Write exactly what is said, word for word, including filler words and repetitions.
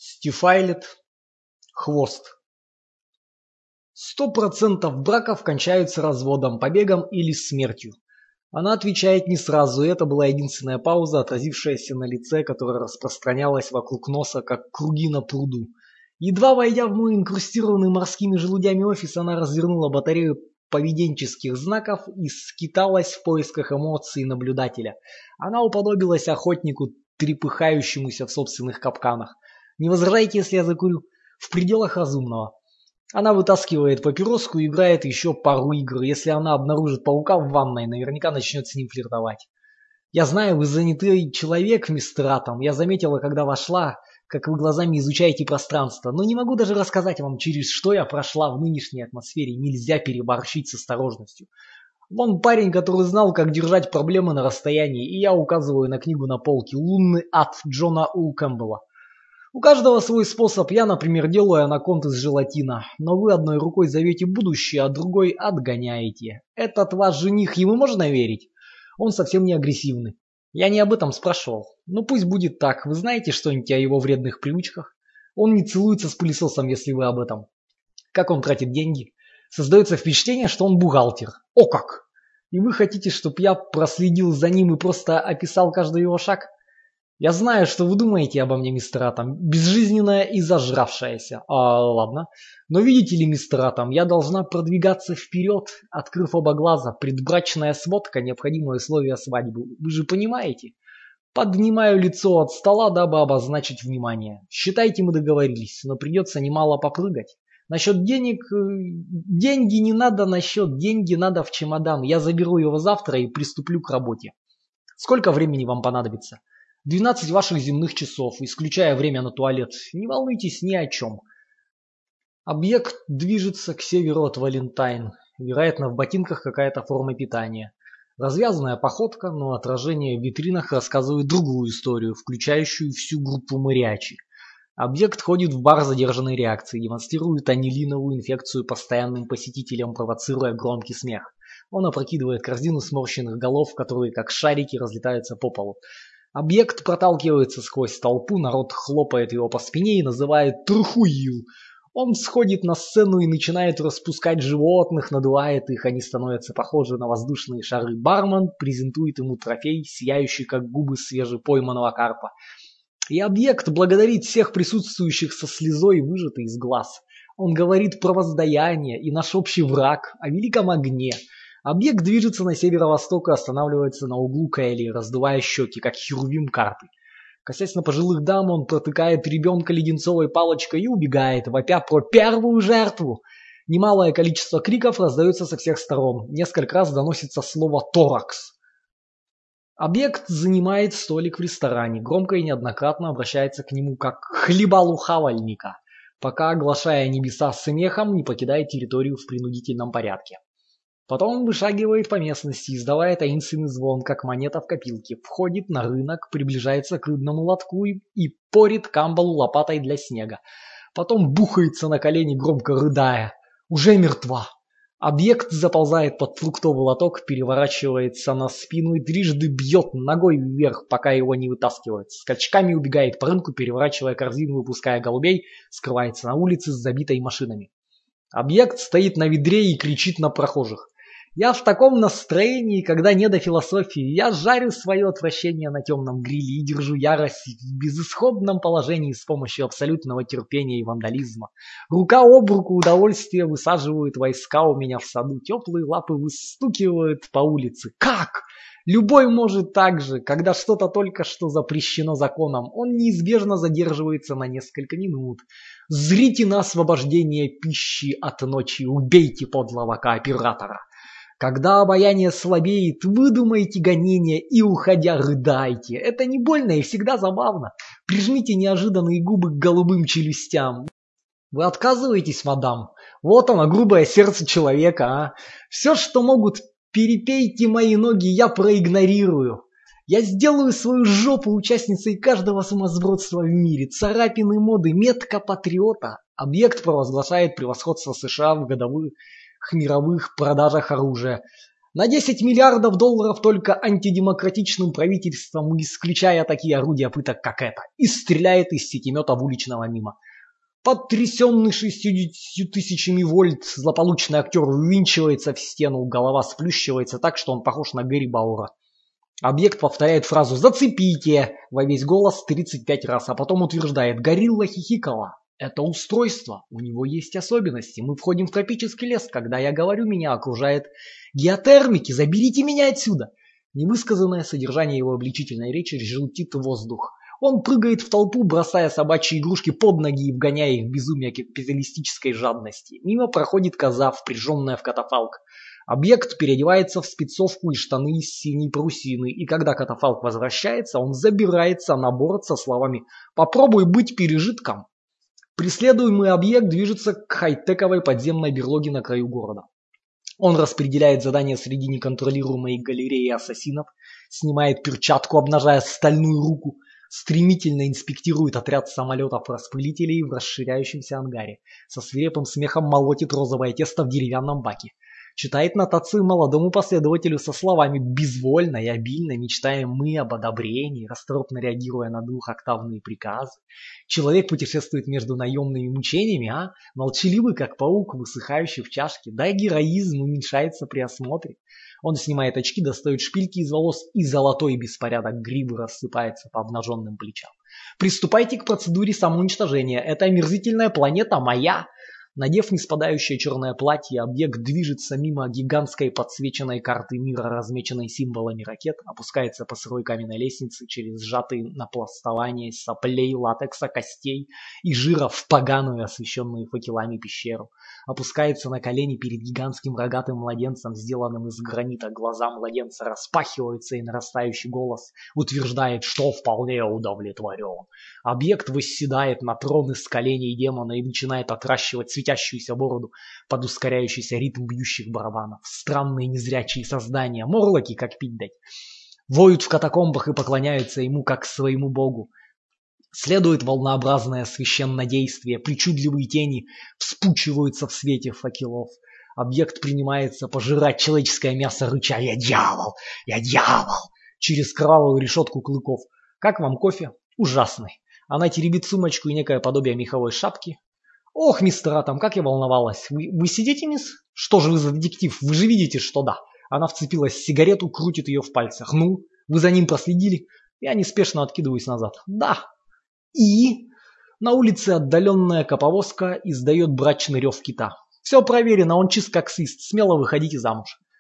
Стифайлет. Хвост. Сто процентов браков кончаются разводом, побегом или смертью. Она отвечает не сразу, и это была единственная пауза, отразившаяся на лице, которая распространялась вокруг носа, как круги на пруду. Едва войдя в мой инкрустированный морскими желудями офис, она развернула батарею поведенческих знаков и скиталась в поисках эмоций наблюдателя. Она уподобилась охотнику, трепыхающемуся в собственных капканах. Не возражайте, если я закурю? В пределах разумного. Она вытаскивает папироску и играет еще пару игр. Если она обнаружит паука в ванной, наверняка начнет с ним флиртовать. Я знаю, вы занятый человек, мистер Атом. Я заметила, когда вошла, как вы глазами изучаете пространство. Но не могу даже рассказать вам, через что я прошла в нынешней атмосфере. Нельзя переборщить с осторожностью. Вон парень, который знал, как держать проблемы на расстоянии, и я указываю на книгу на полке «Лунный ад» Джона У. Кэмпбелла. У каждого свой способ. Я, например, делаю анаконд из желатина. Но вы одной рукой зовете будущее, а другой отгоняете. Этот ваш жених, ему можно верить? Он совсем не агрессивный. Я не об этом спрашивал. Ну пусть будет так. Вы знаете что-нибудь о его вредных привычках? Он не целуется с пылесосом, если вы об этом. Как он тратит деньги? Создается впечатление, что он бухгалтер. О как! И вы хотите, чтобы я проследил за ним и просто описал каждый его шаг? Я знаю, что вы думаете обо мне, мистер Атом, безжизненная и зажравшаяся. А, ладно. Но видите ли, мистер Атом, я должна продвигаться вперед, открыв оба глаза. Предбрачная сводка – необходимое условие свадьбы. Вы же понимаете? Поднимаю лицо от стола, дабы обозначить внимание. Считайте, мы договорились, но придется немало попрыгать. Насчет денег... Деньги не надо насчет, деньги надо в чемодан. Я заберу его завтра и приступлю к работе. Сколько времени вам понадобится? двенадцать ваших земных часов, исключая время на туалет. Не волнуйтесь ни о чем. Объект движется к северу от Валентайн. Вероятно, в ботинках какая-то форма питания. Развязанная походка, но отражение в витринах рассказывает другую историю, включающую всю группу мариачи. Объект ходит в бар задержанной реакции, демонстрирует анилиновую инфекцию постоянным посетителям, провоцируя громкий смех. Он опрокидывает корзину сморщенных голов, которые как шарики разлетаются по полу. Объект проталкивается сквозь толпу, народ хлопает его по спине и называет «Трухуил». Он сходит на сцену и начинает распускать животных, надувает их, они становятся похожи на воздушные шары. Бармен презентует ему трофей, сияющий как губы свежепойманного карпа. И объект благодарит всех присутствующих со слезой, выжатой из глаз. Он говорит про воздаяние и наш общий враг, о великом огне. Объект движется на северо-восток и останавливается на углу Кэлли, раздувая щеки, как херувим карпы. Косясь на пожилых дам, он протыкает ребенка леденцовой палочкой и убегает, вопя про первую жертву. Немалое количество криков раздается со всех сторон. Несколько раз доносится слово «торакс». Объект занимает столик в ресторане, громко и неоднократно обращается к нему как к хлебалу хавальника, пока, оглашая небеса смехом, не покидает территорию в принудительном порядке. Потом он вышагивает по местности, издавая таинственный звон, как монета в копилке, входит на рынок, приближается к рыбному лотку и, и порит Камбалу лопатой для снега. Потом бухается на колени, громко рыдая. Уже мертва. Объект заползает под фруктовый лоток, переворачивается на спину и трижды бьет ногой вверх, пока его не вытаскивают. Скачками убегает по рынку, переворачивая корзину, выпуская голубей, скрывается на улице с забитой машинами. Объект стоит на ведре и кричит на прохожих. Я в таком настроении, когда не до философии. Я жарю свое отвращение на темном гриле и держу ярость в безысходном положении с помощью абсолютного терпения и вандализма. Рука об руку удовольствие высаживают войска у меня в саду. Теплые лапы выстукивают по улице. Как? Любой может так же, когда что-то только что запрещено законом. Он неизбежно задерживается на несколько минут. Зрите на освобождение пищи от ночи. Убейте подлого кооператора. Когда обаяние слабеет, выдумайте гонения и, уходя, рыдайте. Это не больно и всегда забавно. Прижмите неожиданные губы к голубым челюстям. Вы отказываетесь, мадам? Вот оно, грубое сердце человека, а. Все, что могут, перепейте мои ноги, я проигнорирую. Я сделаю свою жопу участницей каждого сумасбродства в мире. Царапины моды, метка патриота. Объект провозглашает превосходство США в годовых мировых продажах оружия. На десять миллиардов долларов только антидемократичным правительством, исключая такие орудия пыток, как это, и стреляет из сетеметов уличного мимо. Потрясенный шестьюдесятью тысячами вольт, злополучный актер ввинчивается в стену, голова сплющивается так, что он похож на Гэри Бауэра. Объект повторяет фразу «Зацепите!» во весь голос тридцать пять раз, а потом утверждает «Горилла хихикала». Это устройство, у него есть особенности. Мы входим в тропический лес, когда я говорю, меня окружает геотермики, заберите меня отсюда. Невысказанное содержание его обличительной речи желтит воздух. Он прыгает в толпу, бросая собачьи игрушки под ноги и вгоняя их в безумие капиталистической жадности. Мимо проходит коза, впряженная в катафалк. Объект переодевается в спецовку и штаны из синей парусины, и когда катафалк возвращается, он забирается на борт со словами «Попробуй быть пережитком». Преследуемый объект движется к хай-тековой подземной берлоге на краю города. Он распределяет задания среди неконтролируемой галереи ассасинов, снимает перчатку, обнажая стальную руку, стремительно инспектирует отряд самолетов-распылителей в расширяющемся ангаре, со свирепым смехом молотит розовое тесто в деревянном баке. Читает нотацию молодому последователю со словами «безвольно и обильно мечтаем мы об одобрении», расторопно реагируя на двухоктавные приказы. Человек путешествует между наемными мучениями, а? Молчаливый, как паук, высыхающий в чашке. Да, героизм уменьшается при осмотре. Он снимает очки, достает шпильки из волос, и золотой беспорядок грибы рассыпается по обнаженным плечам. Приступайте к процедуре самоуничтожения. Эта омерзительная планета моя. Надев неспадающее черное платье, объект движется мимо гигантской подсвеченной карты мира, размеченной символами ракет, опускается по сырой каменной лестнице через сжатые напластования соплей, латекса, костей и жира в поганую, освещенную факелами пещеру. Опускается на колени перед гигантским рогатым младенцем, сделанным из гранита. Глаза младенца распахиваются, и нарастающий голос утверждает, что вполне удовлетворен. Объект восседает на трон из коленей демона и начинает отращивать светящуюся бороду под ускоряющийся ритм бьющих барабанов. Странные незрячие создания, морлоки, как пить дать, воют в катакомбах и поклоняются ему как своему богу. Следует волнообразное священнодействие, причудливые тени вспучиваются в свете факелов. Объект принимается пожирать человеческое мясо, рыча «Я дьявол! Я дьявол!» через кровавую решетку клыков. «Как вам кофе?» «Ужасный». Она теребит сумочку и некое подобие меховой шапки. «Ох, мистер Атом, как я волновалась! Вы, вы сидите, мисс? Что же вы за детектив? Вы же видите, что да!» Она вцепилась в сигарету, крутит ее в пальцах. «Ну, вы за ним проследили?» Я неспешно откидываюсь назад. «Да». «И?» На улице отдаленная коповозка издает брачный рев кита. «Все проверено, он чист как свист. Смело выходите замуж».